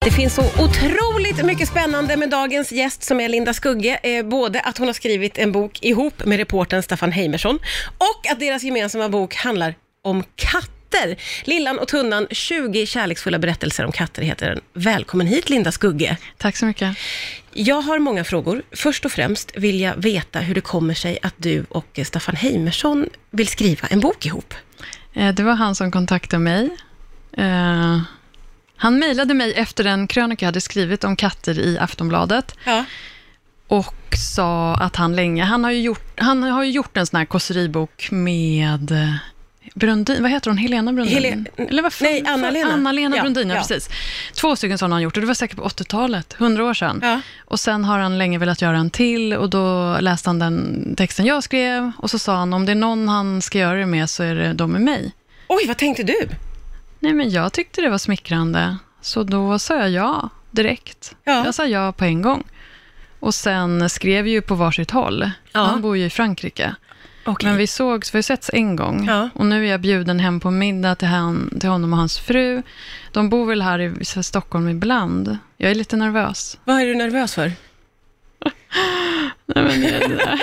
Det finns så otroligt mycket spännande med dagens gäst som är Linda Skugge. Både att hon har skrivit en bok ihop med reportern Staffan Heimersson och att deras gemensamma bok handlar om katter. Lillan och Tunnan, 20 kärleksfulla berättelser om katter heter den. Välkommen hit Linda Skugge. Tack så mycket. Jag har många frågor. Först och främst vill jag veta hur det kommer sig att du och Staffan Heimersson vill skriva en bok ihop. Det var han som kontaktade mig. Han mejlade mig efter en krönika jag hade skrivit om katter i Aftonbladet. Ja. Och sa att han har ju gjort en sån här kåseribok med Brundin. Vad heter hon? Helena Brundin? Nej, Anna-Lena. Anna-Lena Brundin, ja, precis. 2 stycken sådana han gjort. Och det var säkert på 80-talet, 100 år sedan. Ja. Och sen har han länge velat göra en till. Och då läste han den texten jag skrev. Och så sa han, om det är någon han ska göra det med så är det de med mig. Oj, vad tänkte du? Nej, men jag tyckte det var smickrande. Så då sa jag ja direkt. Ja. Jag sa ja på en gång. Och sen skrev ju på varsitt håll. Ja. Han bor ju i Frankrike. Okay. Men vi har setts en gång. Ja. Och nu är jag bjuden hem på middag till honom och hans fru. De bor väl här i Stockholm ibland. Jag är lite nervös. Vad är du nervös för? Nej, men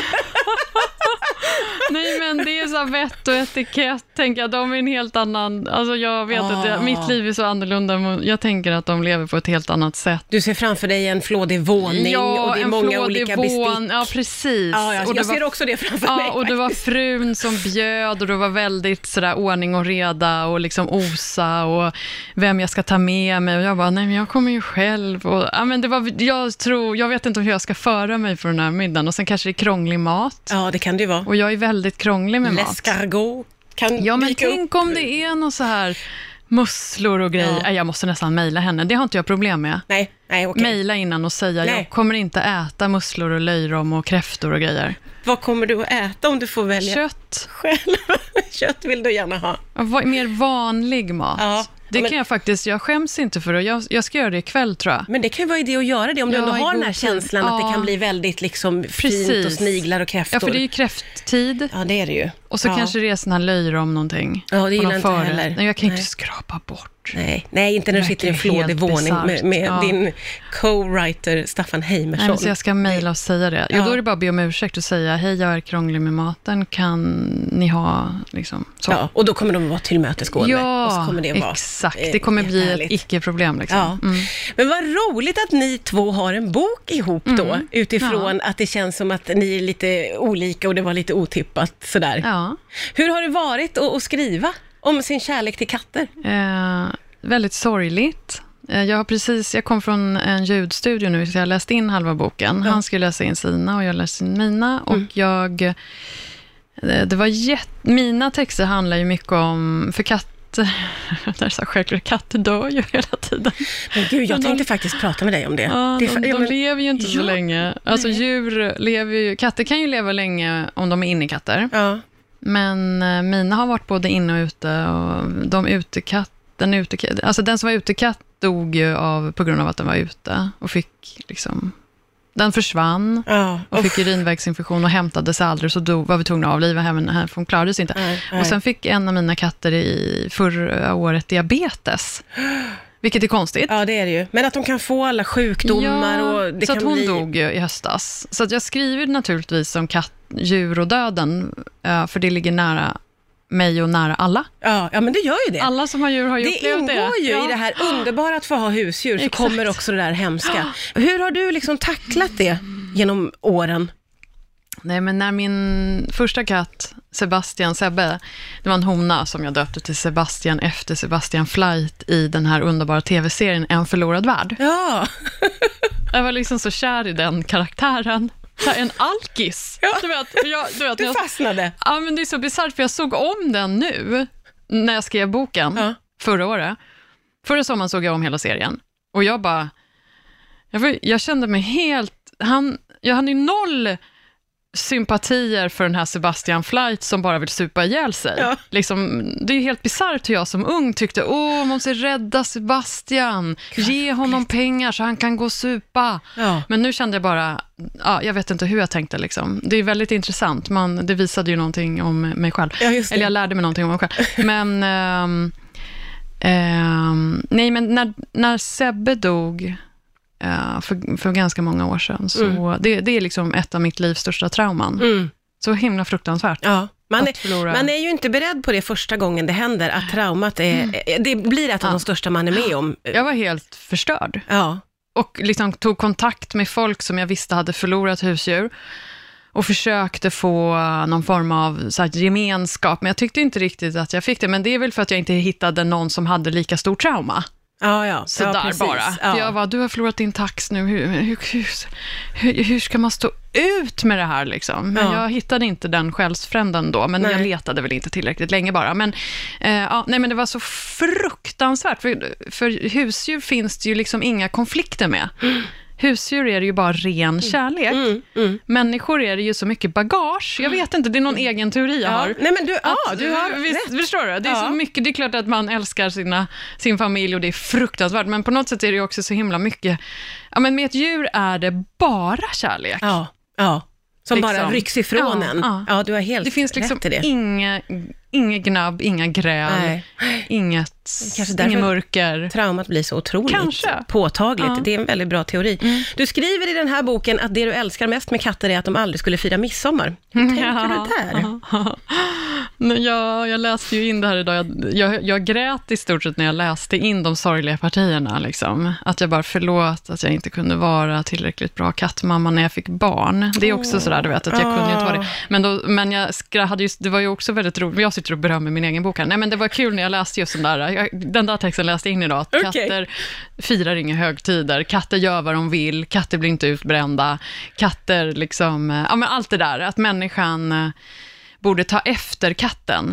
Nej, men det är så vett och etikett, tänker jag. De är en helt annan... Alltså jag vet att mitt liv är så annorlunda. Jag tänker att de lever på ett helt annat sätt. Du ser framför dig en flådig våning och det är många olika bestick. Ja, precis. Ja, och jag ser också det framför mig. Ja, och det var frun som bjöd och det var väldigt sådär ordning och reda och liksom osa och vem jag ska ta med mig. Och jag bara, nej men jag kommer ju själv. Och, ja, men det var, jag vet inte hur jag ska föra mig för den här middagen. Och sen kanske det är krånglig mat. Ja, det kan det ju vara. Och jag är väldigt krånglig med mat. L'escargot kan ja, men tänk om det är något så här musslor och grejer. Ja. Jag måste nästan mejla henne. Det har inte jag problem med. Nej, okej. Mejla innan och säga, jag kommer inte äta musslor och löjrom och kräftor och grejer. Vad kommer du att äta om du får välja? Kött. Själv. Kött vill du gärna ha. Mer vanlig mat. Ja. Det kan jag faktiskt, jag skäms inte för det. Jag ska göra det ikväll, tror jag. Men det kan ju vara idé att göra det om du ändå har den här känslan att det kan bli väldigt liksom fint och sniglar och kräftor. Ja, för det är ju kräfttid. Ja, det är det ju. Och så kanske det är sån här löjrom någonting. Ja, det gillar inte heller. Nej, jag kan inte skrapa bort. Nej, inte när du sitter i en flådig våning med din co-writer Staffan Heimersson. Nej, så jag ska mejla och säga det. Jo, då är det bara att be om ursäkt och säga, hej, jag är krånglig med maten. Kan ni ha liksom så? Ja, och då kommer de att vara tillmötesgående. Ja, och så kommer det vara, exakt. Det kommer bli ett icke-problem liksom. Ja. Men vad roligt att ni två har en bok ihop då. Utifrån att det känns som att ni är lite olika och det var lite otippat sådär. Ja. Hur har det varit att skriva om sin kärlek till katter? Väldigt sorgligt. Jag kom från en ljudstudio nu, så jag läste in halva boken. Han skulle läsa in sina och jag läste in mina. Och mina texter handlar ju mycket om, för katter, det är så självklart, katter dör ju hela tiden. Men gud, jag tänkte faktiskt prata med dig om det. Ja, de lever ju inte så länge. Alltså djur lever ju, katter kan ju leva länge om de är innekatter. Ja. Men mina har varit både inne och ute, och den som var utekatt dog ju på grund av att den var ute och fick liksom, den försvann och fick urinvägsinfektion och hämtades aldrig, så var vi tvungna att avliva henne, för hon klarade sig inte. Och sen fick en av mina katter i förra året diabetes. Vilket är konstigt. Ja, det är det ju. Men att de kan få alla sjukdomar och det så kan att hon bli... dog ju i höstas. Så att jag skriver naturligtvis om djur och döden, för det ligger nära mig och nära alla. Ja, men det gör ju det. Alla som har djur har ju upplevt det. Det ingår ju i det här underbara att få ha husdjur. Så kommer också det där hemska. Hur har du liksom tacklat det genom åren? Nej, men när min första katt, Sebbe, det var en hona som jag döpte till Sebastian efter Sebastian Flight i den här underbara tv-serien En förlorad värld. Ja. Jag var liksom så kär i den karaktären. En alkis. Ja. Du vet, du fastnade. Ja, men det är så bisarrt, för jag såg om den nu när jag skrev boken förra året. Förra sommaren såg jag om hela serien. Och jag kände mig helt... Jag hade ju 0 sympatier för den här Sebastian Flight som bara vill supa ihjäl sig. Ja. Liksom, det är helt bizarrt hur jag som ung tyckte, man måste rädda Sebastian, ge honom pengar så han kan gå och supa. Ja. Men nu kände jag bara, jag vet inte hur jag tänkte liksom. Det är väldigt intressant, det visade ju någonting om mig själv. Ja, eller jag lärde mig någonting om mig själv. Men Nej, men när Sebbe dog för ganska många år sedan, så det är liksom ett av mitt livs största trauman. Så himla fruktansvärt. Ja. Man är ju inte beredd på det första gången det händer, att traumat det blir ett av de största man är med om. Jag var helt förstörd. Ja. Och liksom tog kontakt med folk som jag visste hade förlorat husdjur. Och försökte få någon form av så här gemenskap. Men jag tyckte inte riktigt att jag fick det. Men det är väl för att jag inte hittade någon som hade lika stor trauma. Ja. Så där precis. bara. Ja. För jag var, du har förlorat din tax nu. Hur ska man stå ut med det här liksom? Men jag hittade inte den själsfränden då. Men jag letade väl inte tillräckligt länge bara. Men, men det var så fruktansvärt. För husdjur finns det ju liksom inga konflikter med. Husdjur är det ju bara ren kärlek. Människor är det ju så mycket bagage. Jag vet inte, det är någon egen teori jag har. Nej, men du har visst, förstår du? Det är så mycket, det är klart att man älskar sin familj och det är fruktansvärt. Men på något sätt är det ju också så himla mycket. Ja, men med ett djur är det bara kärlek. Ja. Som liksom bara rycks ifrån en. Ja, du har helt det finns liksom rätt i det. Inget gnabb, inga gräl, ingen mörker. Traumat blir så otroligt påtagligt. Det är en väldigt bra teori. Du skriver i den här boken att det du älskar mest med katter är att de aldrig skulle fira midsommar. Hur tänker du där? Jag läste ju in det här idag. Jag grät i stort sett när jag läste in de sorgliga partierna. Liksom. Att jag bara förlåt att jag inte kunde vara tillräckligt bra kattmamma när jag fick barn. Det är också sådär, du vet, att jag kunde inte vara det. Men jag hade det var ju också väldigt roligt. Jag sitter och berömmer min egen bok här. Nej, men det var kul när jag läste just den där texten läste jag in idag. Att katter firar inga högtider. Katter gör vad de vill. Katter blir inte utbrända. Katter liksom, men allt det där. Att människan borde ta efter katten.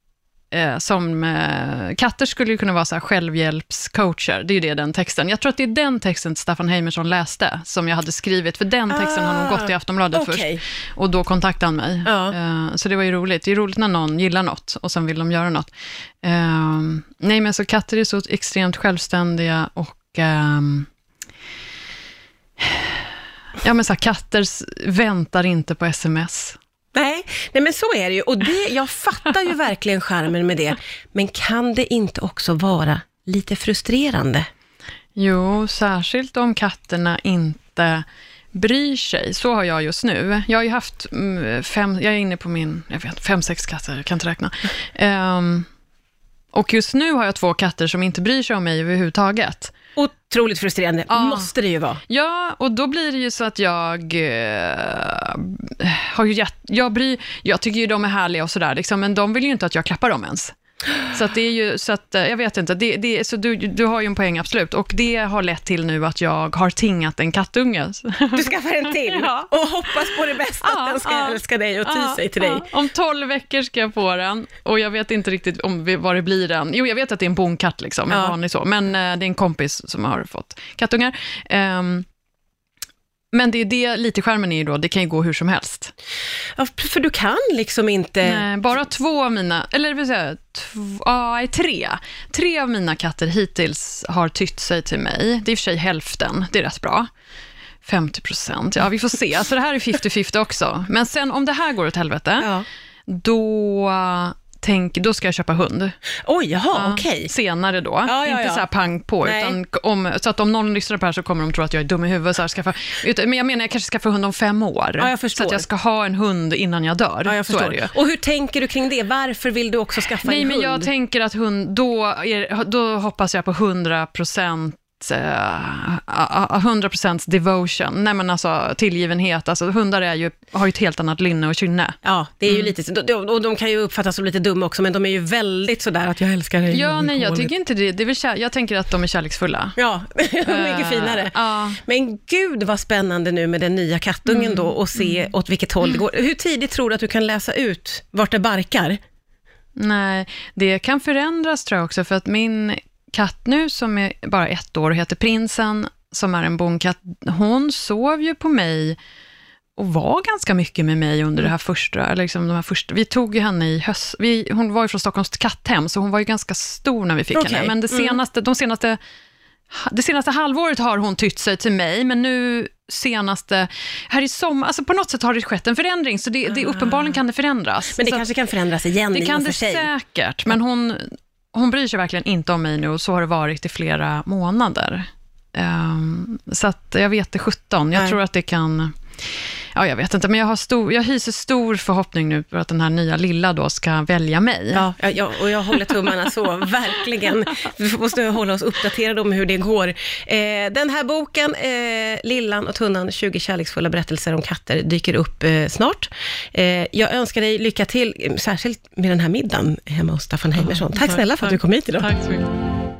Katter skulle ju kunna vara så här självhjälpscoacher. Det är ju det den texten. Jag tror att det är den texten Staffan Heimerson läste som jag hade skrivit. För den texten har nog gått i Aftonbladet först. Och då kontaktade han mig. Så det var ju roligt. Det är roligt när någon gillar något och sen vill de göra något. Nej, men så katter är så extremt självständiga och men så här, katter väntar inte på sms. Nej, men så är det ju. Och jag fattar ju verkligen charmen med det. Men kan det inte också vara lite frustrerande? Jo, särskilt om katterna inte bryr sig. Så har jag just nu. Jag har ju haft jag är inne på 5-6 katter, jag kan inte räkna. Och just nu har jag 2 katter som inte bryr sig om mig överhuvudtaget. Otroligt frustrerande, måste det ju vara. Ja, och då blir det ju så att jag har ju jag tycker ju de är härliga och sådär liksom, men de vill ju inte att jag klappar dem ens. Så att det är ju så att jag vet inte, så du har ju en poäng absolut, och det har lett till nu att jag har tingat en kattunge. Du skaffar en till och hoppas på det bästa, att den ska älska dig och ty sig till dig. Om 12 veckor ska jag få den, och jag vet inte riktigt vad det blir än. Jo, jag vet att det är en bonkatt liksom, en vanlig så, men det är en kompis som har fått kattungar. Men det är det lite skärmen är ju då, det kan ju gå hur som helst. Ja, för du kan liksom inte... Nej, bara 2 av mina, eller vill säga 3 av mina katter hittills har tytt sig till mig. Det är i och för sig hälften, det är rätt bra. 50%, ja vi får se. Alltså det här är 50-50 också. Men sen om det här går åt helvete, då ska jag köpa hund. Oj, jaha, okej. Senare då. Inte så här pang på. Utan så att om någon lyssnar på det här så kommer de tro att jag är dum i huvudet. Så här, men jag menar, jag kanske ska få hund om 5 år. Ja, jag förstår. Så att jag ska ha en hund innan jag dör. Ja, jag förstår. Så är det ju. Och hur tänker du kring det? Varför vill du också skaffa en hund? Nej, men jag tänker att hund, då hoppas jag på 100% 100% devotion. Nej, men alltså tillgivenhet. Alltså hundar har ju ett helt annat lynne och kynne. Ja, det är ju lite, och de kan ju uppfattas som lite dumma också, men de är ju väldigt sådär att jag älskar dig. Ja, nej, jag tycker inte det. Jag tänker att de är kärleksfulla. Ja, mycket finare. Men gud vad spännande nu med den nya kattungen då, och se åt vilket håll det går. Hur tidigt tror du att du kan läsa ut vart det barkar? Nej, det kan förändras tror jag också, för att min katt nu som är bara 1 år och heter Prinsen, som är en bonkatt, hon sov ju på mig och var ganska mycket med mig under det här första, vi tog ju henne i höst, hon var ju från Stockholms katthem, så hon var ju ganska stor när vi fick henne, men det senaste halvåret har hon tytt sig till mig, men nu här i sommar, alltså på något sätt har det skett en förändring, så det uppenbarligen kan det förändras. Men det kanske kan förändras igen. Det kan det säkert, men hon hon bryr sig verkligen inte om mig nu, och så har det varit i flera månader. Så att jag vet det 17. Jag tror att det kan... Ja, jag vet inte, men jag hyser stor förhoppning nu på att den här nya lilla då ska välja mig. Ja, och jag håller tummarna så, verkligen. Vi måste hålla oss uppdaterade om hur det går. Den här boken, Lillan och Tunnan, 20 kärleksfulla berättelser om katter, dyker upp snart. Jag önskar dig lycka till, särskilt med den här middagen hemma hos Staffan Heimersson. Tack snälla för att du kom hit idag. Tack så mycket.